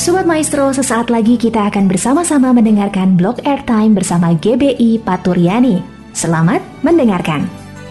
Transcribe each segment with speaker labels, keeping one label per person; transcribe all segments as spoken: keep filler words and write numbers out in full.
Speaker 1: Sobat Maestro, sesaat lagi kita akan bersama-sama mendengarkan blog Airtime bersama G B I Paturyani. Selamat mendengarkan.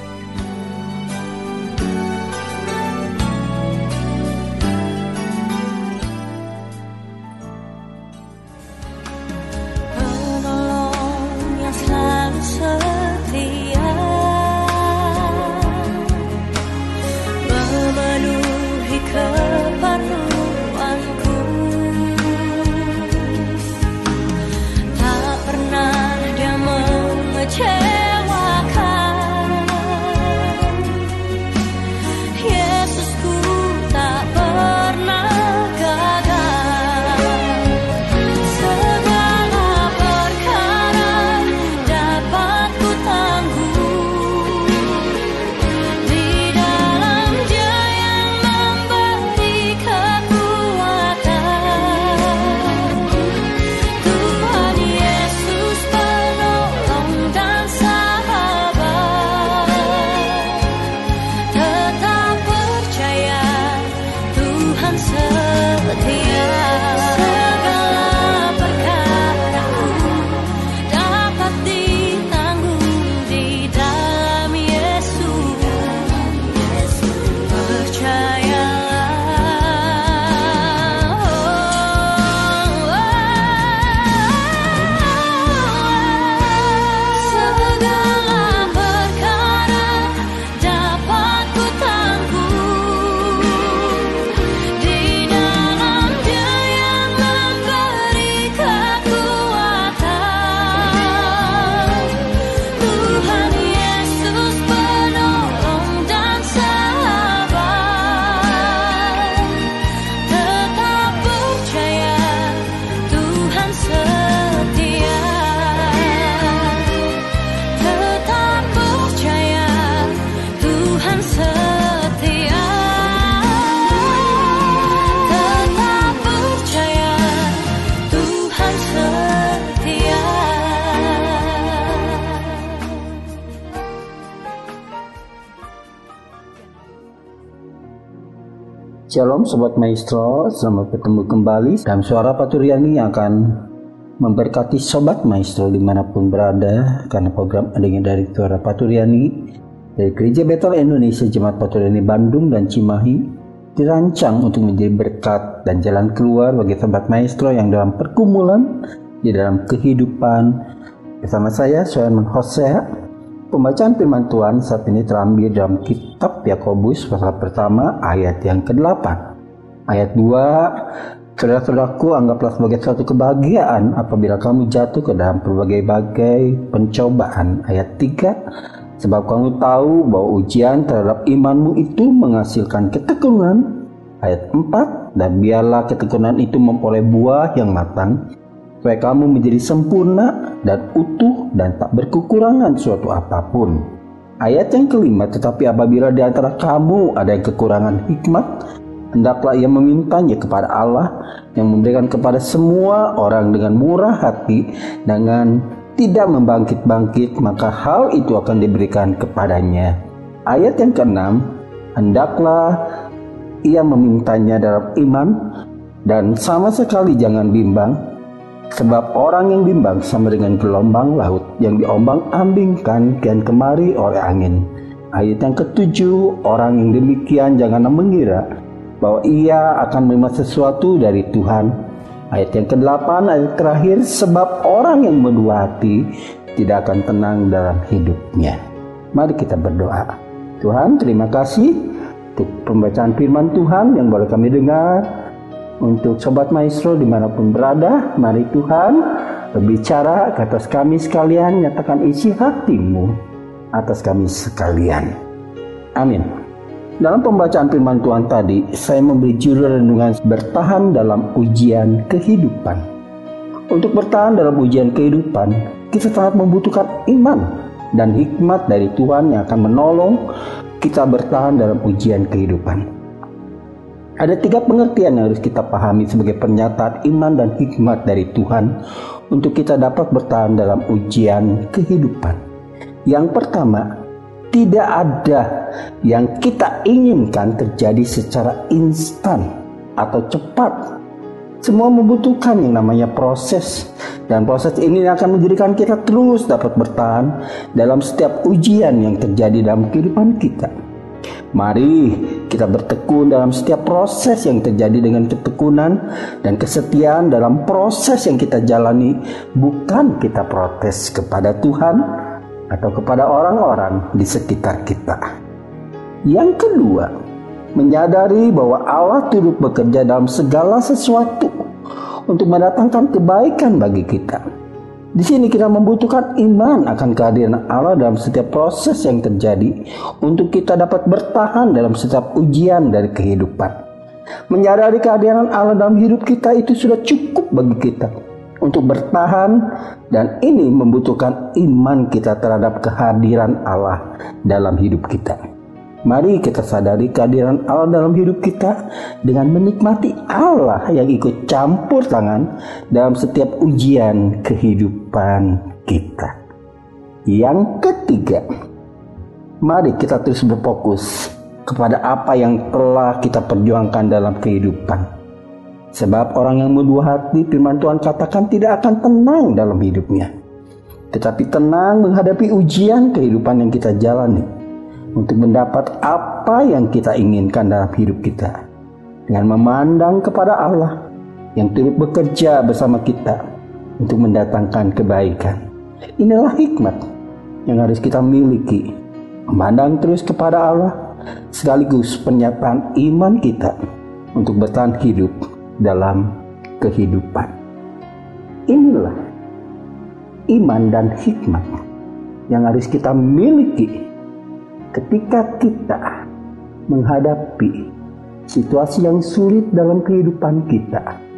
Speaker 2: Shalom Sobat Maestro, selamat bertemu kembali dalam Suara Paturyani yang akan memberkati Sobat Maestro dimanapun berada, karena program adanya dari Suara Paturyani dari Gereja Betel Indonesia Jemaat Paturyani Bandung dan Cimahi dirancang untuk menjadi berkat dan jalan keluar bagi Sobat Maestro yang dalam pergumulan di dalam kehidupan. Bersama saya Suherman Hosea. Pembacaan firman Tuhan saat ini terambil dalam kitab Yakobus pasal pertama ayat yang kedelapan. Ayat dua, saudara-saudaraku, anggaplah sebagai suatu kebahagiaan apabila kamu jatuh ke dalam berbagai-bagai pencobaan. Ayat tiga, sebab kamu tahu bahwa ujian terhadap imanmu itu menghasilkan ketekunan. Ayat empat, dan biarlah ketekunan itu memperoleh buah yang matang, supaya kamu menjadi sempurna dan utuh dan tak berkekurangan suatu apapun. Ayat yang kelima, tetapi apabila di antara kamu ada yang kekurangan hikmat, hendaklah ia memintanya kepada Allah yang memberikan kepada semua orang dengan murah hati, dengan tidak membangkit-bangkit, maka hal itu akan diberikan kepadanya. Ayat yang keenam, hendaklah ia memintanya dalam iman dan sama sekali jangan bimbang, sebab orang yang bimbang sama dengan gelombang laut yang diombang-ambingkan kian kemari oleh angin. Ayat yang ketujuh, orang yang demikian janganlah mengira bahwa ia akan menerima sesuatu dari Tuhan. Ayat yang kedelapan, ayat terakhir, sebab orang yang berdua hati tidak akan tenang dalam hidupnya. Mari kita berdoa. Tuhan, terima kasih untuk pembacaan firman Tuhan yang boleh kami dengar. Untuk Sobat Maestro dimanapun berada, mari Tuhan berbicara ke atas kami sekalian, nyatakan isi hati-Mu atas kami sekalian. Amin. Dalam pembacaan firman Tuhan tadi, saya memberi judul renungan bertahan dalam ujian kehidupan. Untuk bertahan dalam ujian kehidupan, kita sangat membutuhkan iman dan hikmat dari Tuhan yang akan menolong kita bertahan dalam ujian kehidupan. Ada tiga pengertian yang harus kita pahami sebagai pernyataan iman dan hikmat dari Tuhan untuk kita dapat bertahan dalam ujian kehidupan. Yang pertama, tidak ada yang kita inginkan terjadi secara instan atau cepat. Semua membutuhkan yang namanya proses, dan proses ini akan menjadikan kita terus dapat bertahan dalam setiap ujian yang terjadi dalam kehidupan kita. Mari kita bertekun dalam setiap proses yang terjadi dengan ketekunan dan kesetiaan dalam proses yang kita jalani. Bukan kita protes kepada Tuhan atau kepada orang-orang di sekitar kita. Yang kedua, menyadari bahwa Allah turut bekerja dalam segala sesuatu untuk mendatangkan kebaikan bagi kita. Di sini kita membutuhkan iman akan kehadiran Allah dalam setiap proses yang terjadi untuk kita dapat bertahan dalam setiap ujian dari kehidupan. Menyadari kehadiran Allah dalam hidup kita itu sudah cukup bagi kita untuk bertahan, dan ini membutuhkan iman kita terhadap kehadiran Allah dalam hidup kita. Mari kita sadari kehadiran Allah dalam hidup kita dengan menikmati Allah yang ikut campur tangan dalam setiap ujian kehidupan kita. Yang ketiga, mari kita terus berfokus kepada apa yang telah kita perjuangkan dalam kehidupan. Sebab orang yang berdua hati, firman Tuhan katakan, tidak akan tenang dalam hidupnya, tetapi tenang menghadapi ujian kehidupan yang kita jalani, untuk mendapat apa yang kita inginkan dalam hidup kita, dengan memandang kepada Allah yang turut bekerja bersama kita untuk mendatangkan kebaikan. Inilah hikmat yang harus kita miliki, memandang terus kepada Allah sekaligus pernyataan iman kita untuk bertahan hidup dalam kehidupan. Inilah iman dan hikmat yang harus kita miliki ketika kita menghadapi situasi yang sulit dalam kehidupan kita,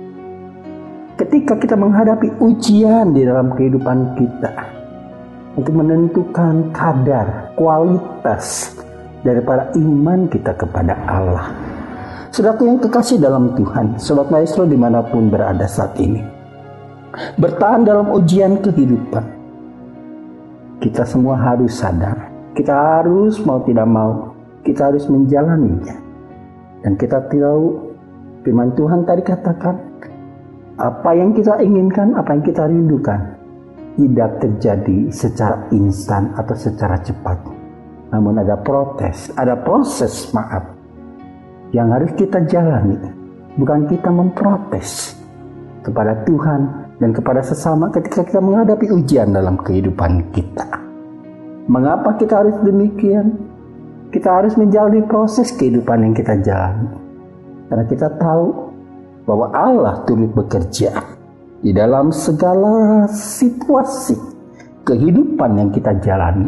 Speaker 2: ketika kita menghadapi ujian di dalam kehidupan kita, untuk menentukan kadar, kualitas daripada iman kita kepada Allah. Saudaraku yang kekasih dalam Tuhan, Sobat Maestro dimanapun berada saat ini, bertahan dalam ujian kehidupan, kita semua harus sadar, kita harus mau tidak mau, kita harus menjalaninya. Dan kita tahu firman Tuhan tadi katakan, apa yang kita inginkan, apa yang kita rindukan, tidak terjadi secara instan atau secara cepat. Namun ada proses, ada proses maaf yang harus kita jalani. Bukan kita memprotes kepada Tuhan dan kepada sesama ketika kita menghadapi ujian dalam kehidupan kita. Mengapa kita harus demikian? Kita harus menjalani proses kehidupan yang kita jalani, karena kita tahu bahwa Allah turut bekerja di dalam segala situasi kehidupan yang kita jalani.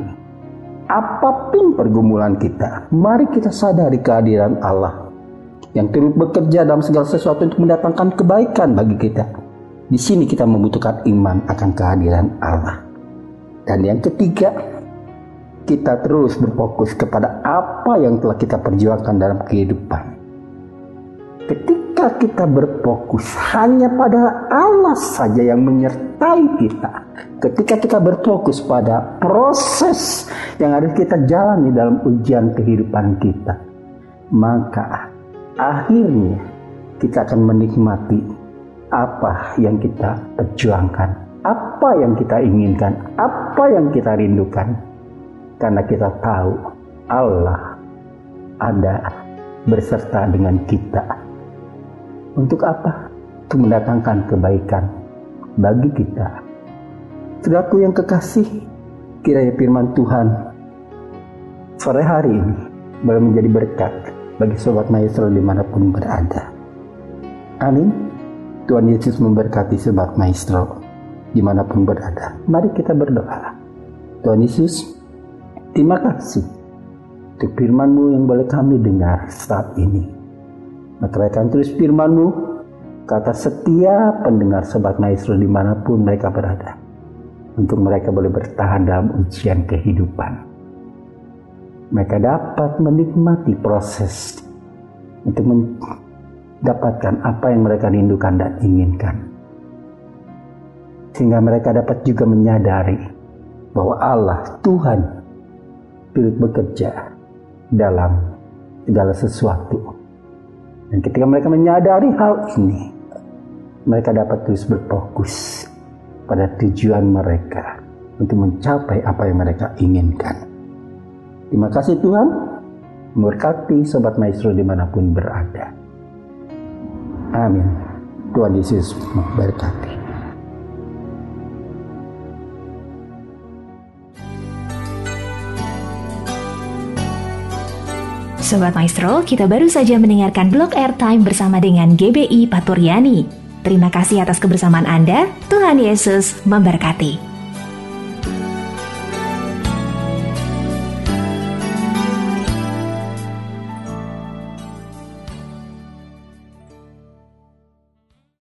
Speaker 2: Apapun pergumulan kita, mari kita sadari kehadiran Allah yang turut bekerja dalam segala sesuatu untuk mendatangkan kebaikan bagi kita. Di sini kita membutuhkan iman akan kehadiran Allah. Dan yang ketiga, kita terus berfokus kepada apa yang telah kita perjuangkan dalam kehidupan. Ketika kita berfokus hanya pada Allah saja yang menyertai kita, ketika kita berfokus pada proses yang harus kita jalani dalam ujian kehidupan kita, maka akhirnya kita akan menikmati apa yang kita perjuangkan, apa yang kita inginkan, apa yang kita rindukan. Karena kita tahu Allah ada berserta dengan kita. Untuk apa? Untuk mendatangkan kebaikan bagi kita. Saudaraku yang kekasih, kiranya firman Tuhan sore hari ini boleh menjadi berkat bagi Sobat Maestro dimanapun berada. Amin. Tuhan Yesus memberkati Sobat Maestro dimanapun berada. Mari kita berdoa. Tuhan Yesus, terima kasih untuk firman-Mu yang boleh kami dengar saat ini. Meteraikan terus firman-Mu kata setiap pendengar Sobat Maestro dimanapun mereka berada, untuk mereka boleh bertahan dalam ujian kehidupan. Mereka dapat menikmati proses untuk mendapatkan apa yang mereka rindukan dan inginkan, sehingga mereka dapat juga menyadari bahwa Allah Tuhan turut bekerja dalam segala sesuatu. Dan ketika mereka menyadari hal ini, mereka dapat terus berfokus pada tujuan mereka untuk mencapai apa yang mereka inginkan. Terima kasih Tuhan, memberkati Sobat Maestro dimanapun berada. Amin. Tuhan Yesus memberkati.
Speaker 1: Sobat Maestro, kita baru saja mendengarkan Blog Airtime bersama dengan G B I Paturyani. Terima kasih atas kebersamaan Anda. Tuhan Yesus memberkati.